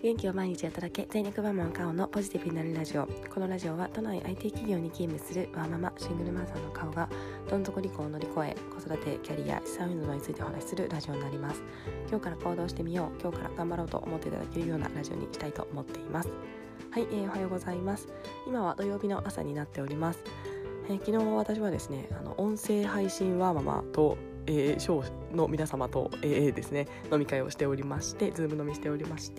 元気を毎日働け全力ママカオのポジティブになるラジオ。このラジオは都内 IT 企業に勤務するワーママシングルマザーのカオがどん底離婚を乗り越え、子育て、キャリア、資産運動についてお話しするラジオになります。今日から行動してみよう、今日から頑張ろうと思っていただけるようなラジオにしたいと思っています。はい、おはようございます。今は土曜日の朝になっております。昨日私はですね、音声配信ワーママとショーの皆様と、ですね、飲み会をしておりまして、ズーム飲みしておりまして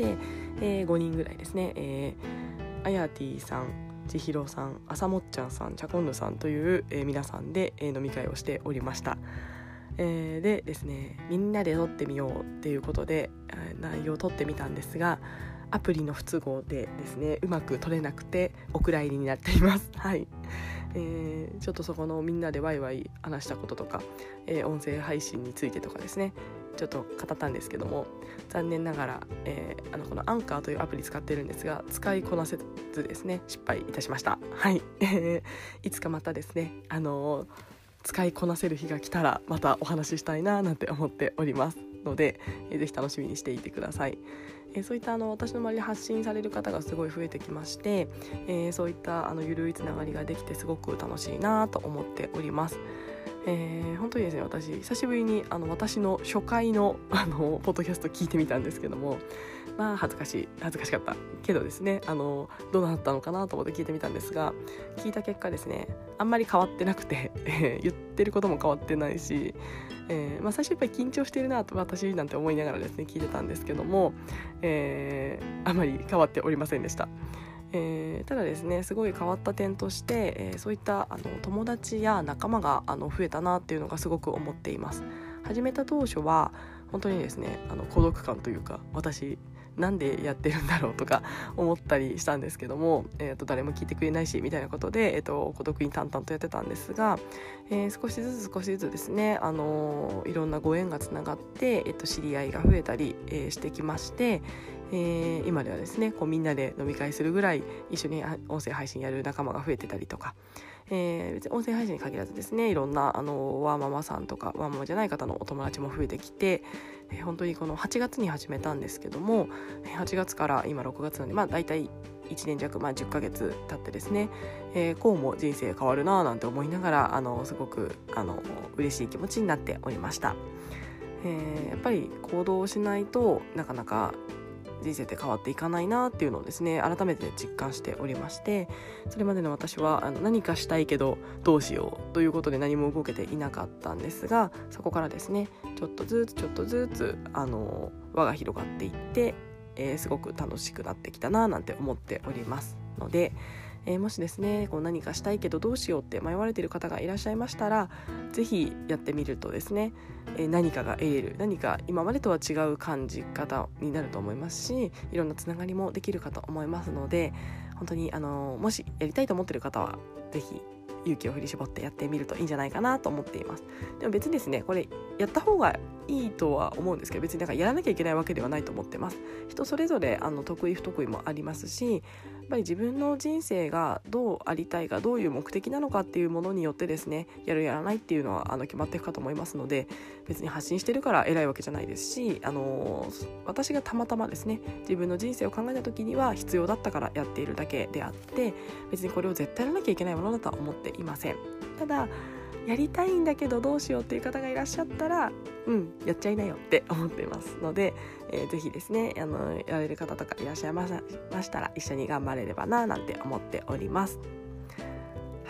、5人ぐらいですね、あやてぃさん、ちひろさん、あさもっちゃんさん、ちゃこんぬさんという、皆さんで、飲み会をしておりました。でですね、みんなで撮ってみようっていうことで、内容を撮ってみたんですが、アプリの不都合でですね、うまく撮れなくてお蔵入りになっています。はい。ちょっとそこのみんなでワイワイ話したこととか、音声配信についてとかですね、ちょっと語ったんですけども、残念ながら、このアンカーというアプリ使ってるんですが、使いこなせずですね、失敗いたしました。はい。いつかまたですね、使いこなせる日が来たらまたお話ししたいななんて思っておりますので、ぜひ楽しみにしていてください。そういった私の周りで発信される方がすごい増えてきまして、そういったゆるいつながりができてすごく楽しいなと思っております。本当にですね、私久しぶりに私の初回のポッドキャスト聞いてみたんですけども、まあ恥ずかしかったけどですね、どうなったのかなと思って聞いてみたんですが、聞いた結果ですね、あんまり変わってなくて、言ってることも変わってないし、最初やっぱり緊張してるなと私なんて思いながらですね聞いてたんですけども、あまり変わっておりませんでした。ただですね、すごい変わった点として、そういった友達や仲間が増えたなっていうのがすごく思っています。始めた当初は本当にですね、孤独感というか、私なんでやってるんだろうとか思ったりしたんですけども、誰も聞いてくれないしみたいなことで、孤独に淡々とやってたんですが、少しずつですね、いろんなご縁がつながって、知り合いが増えたり、してきまして、今ではですね、こうみんなで飲み会するぐらい一緒に音声配信やる仲間が増えてたりとか、別に音声配信に限らずですね、いろんなワーママさんとかワーママじゃない方のお友達も増えてきて、本当にこの8月に始めたんですけども、8月から今6月なんで、だいたい1年弱、10ヶ月経ってですね、こうも人生変わるななんて思いながらすごく嬉しい気持ちになっておりました。やっぱり行動をしないとなかなか人生って変わっていかないなっていうのをですね、改めて実感しておりまして、それまでの私は何かしたいけどどうしようということで何も動けていなかったんですが、そこからですね、ちょっとずつ輪が広がっていって、すごく楽しくなってきたななんて思っておりますので、もしですね、こう何かしたいけどどうしようって迷われている方がいらっしゃいましたら、ぜひやってみるとですね、何かが得れる、何か今までとは違う感じ方になると思いますし、いろんなつながりもできるかと思いますので、本当にもしやりたいと思っている方はぜひ勇気を振り絞ってやってみるといいんじゃないかなと思っています。でも別にですね、これやった方がいいとは思うんですけど、別にやらなきゃいけないわけではないと思ってます。人それぞれ得意不得意もありますし、やっぱり自分の人生がどうありたいか、どういう目的なのかっていうものによってですね、やるやらないっていうのは決まっていくかと思いますので、別に発信してるから偉いわけじゃないですし、私がたまたまですね、自分の人生を考えた時には必要だったからやっているだけであって、別にこれを絶対やらなきゃいけないものだとは思っていません。ただやりたいんだけどどうしようっていう方がいらっしゃったら、やっちゃいなよって思っていますので、ぜひですね、やられる方とかいらっしゃいましたら一緒に頑張れればななんて思っております。はい、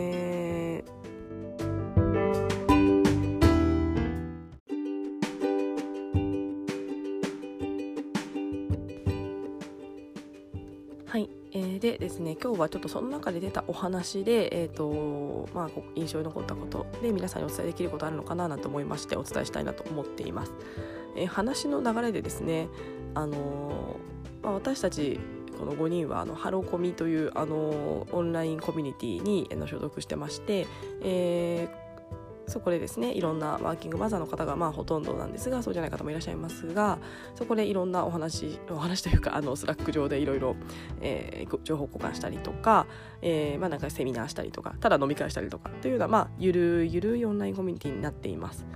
はい、でですね、今日はちょっとその中で出たお話で、印象に残ったことで皆さんにお伝えできることあるのかななんて思いましてお伝えしたいなと思っています。話の流れでですね、私たちこの5人はハロコミというオンラインコミュニティに所属してまして、そこでですね、いろんなワーキングマザーの方がほとんどなんですが、そうじゃない方もいらっしゃいますが、そこでいろんなお話というかスラック上でいろいろ情報交換したりとか、なんかセミナーしたりとか、ただ飲み会したりとかというようなゆるいオンラインコミュニティになっています。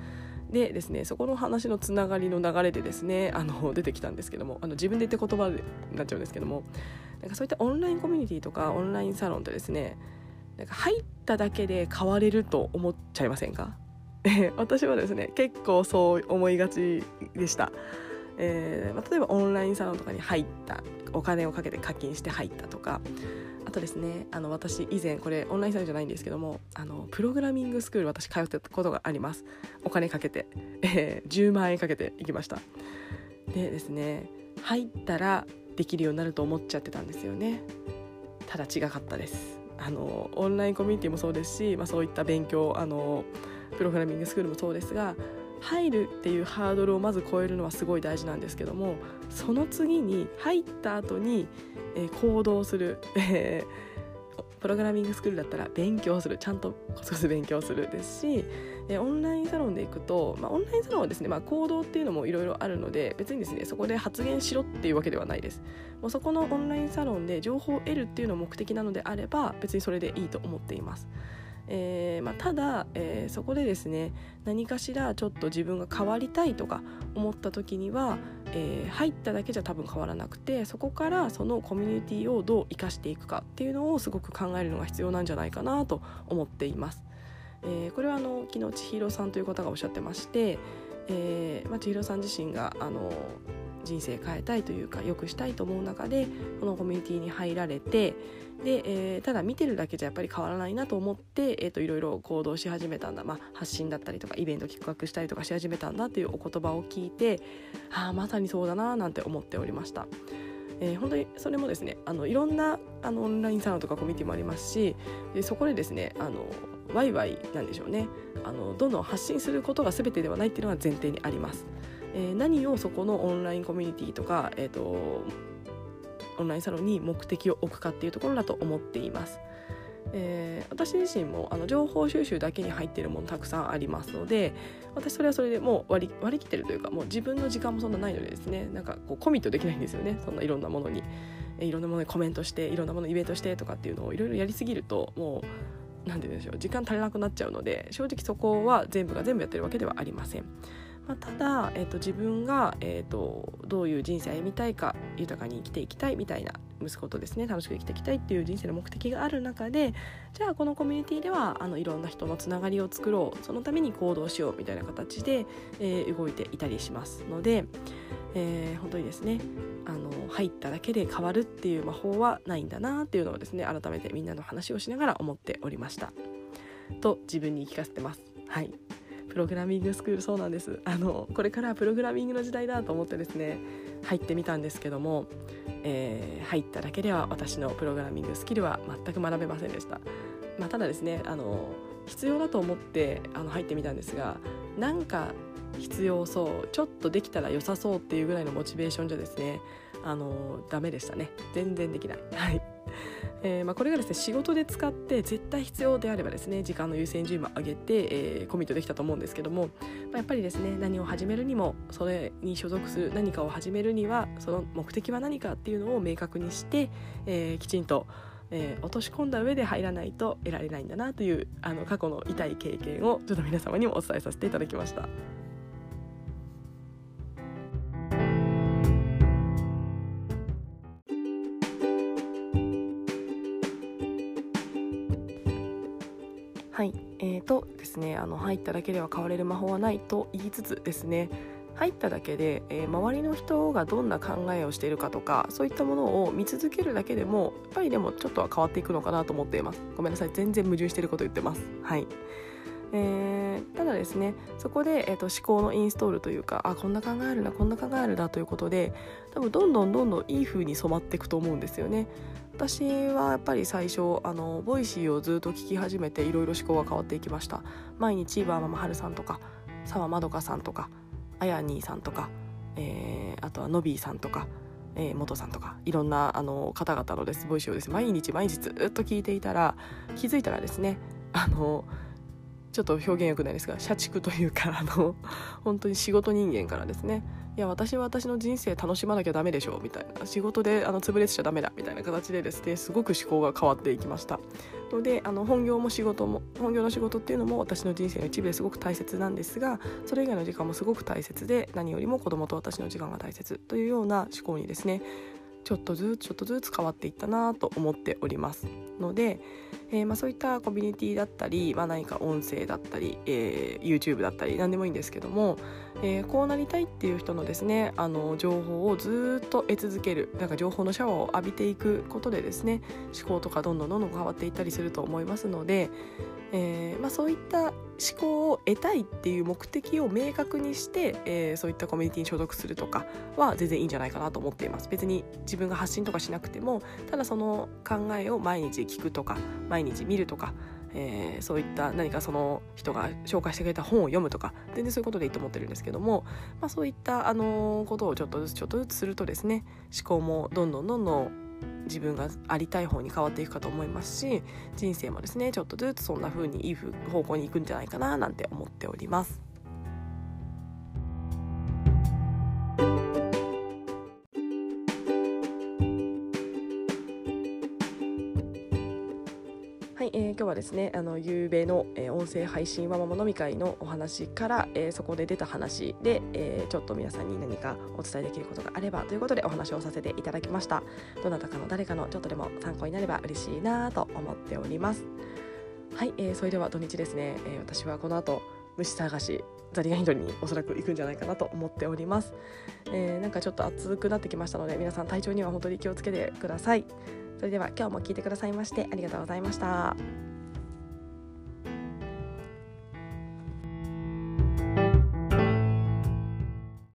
でですね、そこの話のつながりの流れでですね出てきたんですけども、自分で言って言葉になっちゃうんですけども、なんかそういったオンラインコミュニティとかオンラインサロンってですね、なんか入っただけで変われると思っちゃいませんか？私はですね結構そう思いがちでした。例えばオンラインサロンとかに入った、お金をかけて課金して入ったとか、あとですね私以前、これオンラインサロンじゃないんですけども、プログラミングスクール私通ってたことがあります。お金かけて、10万円かけて行きました。でですね、入ったらできるようになると思っちゃってたんですよね。ただ違かったです。オンラインコミュニティもそうですし、そういった勉強、プログラミングスクールもそうですが、入るっていうハードルをまず超えるのはすごい大事なんですけども、その次に入った後に、行動する、プログラミングスクールだったら勉強する、ちゃんとコツコツ勉強するですし、オンラインサロンで行くと、オンラインサロンはですね、行動っていうのもいろいろあるので、別にですねそこで発言しろっていうわけではないです。もうそこのオンラインサロンで情報を得るっていうのが目的なのであれば、別にそれでいいと思っています。ただ、そこでですね、何かしらちょっと自分が変わりたいとか思った時には、入っただけじゃ多分変わらなくて、そこからそのコミュニティをどう生かしていくかっていうのをすごく考えるのが必要なんじゃないかなと思っています。これは昨日千尋さんという方がおっしゃってまして、千尋さん自身が人生変えたいというか良くしたいと思う中でこのコミュニティに入られて、で、ただ見てるだけじゃやっぱり変わらないなと思って、いろいろ行動し始めたんだ、発信だったりとかイベント企画したりとかし始めたんだっていうお言葉を聞いて、まさにそうだななんて思っておりました。本当にそれもですね、いろんなオンラインサロンとかコミュニティもありますし、でそこでですねワイワイなんでしょうね、どんどん発信することが全てではないっていうのは前提にあります。何をそこのオンラインコミュニティとか、オンラインサロンに目的を置くかっていうところだと思っています。私自身も情報収集だけに入っているものたくさんありますので、私それはそれでもう割り切ってるというか、もう自分の時間もそんなないのでですね、なんかこうコミットできないんですよね。そんないろんなものにコメントして、いろんなものイベントしてとかっていうのをいろいろやりすぎると、もうなんて言うんでしょう、時間足りなくなっちゃうので、正直そこは全部が全部やってるわけではありません。ただ、自分が、どういう人生を歩みたいか、豊かに生きていきたいみたいな、息子とですね楽しく生きていきたいっていう人生の目的がある中で、じゃあこのコミュニティではいろんな人のつながりを作ろう、そのために行動しようみたいな形で、動いていたりしますので、本当にですね入っただけで変わるっていう魔法はないんだなっていうのをですね、改めてみんなの話をしながら思っておりましたと自分に言い聞かせてます。はい、プログラミングスクール、そうなんです。これからプログラミングの時代だと思ってですね入ってみたんですけども、入っただけでは私のプログラミングスキルは全く学べませんでした。ただですね必要だと思って入ってみたんですが、なんか必要そう、ちょっとできたら良さそうっていうぐらいのモチベーションじゃですねダメでしたね。全然できない。はい。これがですね仕事で使って絶対必要であればですね、時間の優先順位も上げて、コミットできたと思うんですけども、やっぱりですね何を始めるにも、それに所属する何かを始めるにはその目的は何かっていうのを明確にして、きちんと落とし込んだ上で入らないと得られないんだなという過去の痛い経験をちょっと皆様にもお伝えさせていただきました。はい、ですね入っただけでは変われる魔法はないと言いつつですね、入っただけで、周りの人がどんな考えをしているかとか、そういったものを見続けるだけでもやっぱりでもちょっとは変わっていくのかなと思っています。ごめんなさい、全然矛盾していること言ってます。はい。ただですねそこで、思考のインストールというか、こんな考えるなこんな考えるなということで、多分どんどんいい風に染まっていくと思うんですよね。私はやっぱり最初ボイシーをずっと聞き始めて、いろいろ思考が変わっていきました。毎日ワーママハルさんとか澤まどかさんとかあやにーさんとか、あとはのびーさんとか、元さんとか、いろんな方々のですボイシーをです毎日ずっと聞いていたら、気づいたらですねちょっと表現良くないですが、社畜というか本当に仕事人間からですね、いや私は私の人生楽しまなきゃダメでしょみたいな、仕事で潰れちゃダメだみたいな形でですね、すごく思考が変わっていきましたので、本業の仕事っていうのも私の人生の一部ですごく大切なんですが、それ以外の時間もすごく大切で、何よりも子供と私の時間が大切というような思考にですね、ちょっとずつ変わっていったなと思っておりますので、そういったコミュニティだったり、何か音声だったり、YouTube だったり何でもいいんですけども、こうなりたいっていう人のですね、情報をずっと得続ける、なんか情報のシャワーを浴びていくことでですね、思考とかどんどん変わっていったりすると思いますので、そういった思考を得たいっていう目的を明確にして、そういったコミュニティに所属するとかは全然いいんじゃないかなと思っています。別に自分が発信とかしなくても、ただその考えを毎日聞くとか毎日見るとか、そういった何かその人が紹介してくれた本を読むとか、全然そういうことでいいと思ってるんですけども、そういった、ことをちょっとずつするとですね、思考もどんどん自分がありたい方に変わっていくかと思いますし、人生もですねちょっとずつそんな風にいい方向に行くんじゃないかななんて思っております。はい、今日はですね夕べの、音声配信わまま飲み会のお話から、そこで出た話で、ちょっと皆さんに何かお伝えできることがあればということでお話をさせていただきました。どなたかの誰かのちょっとでも参考になれば嬉しいなと思っております。はい、それでは土日ですね、私はこの後虫探しザリガニ取りにおそらく行くんじゃないかなと思っております。なんかちょっと暑くなってきましたので、皆さん体調には本当に気をつけてください。それでは今日も聞いてくださいましてありがとうございました。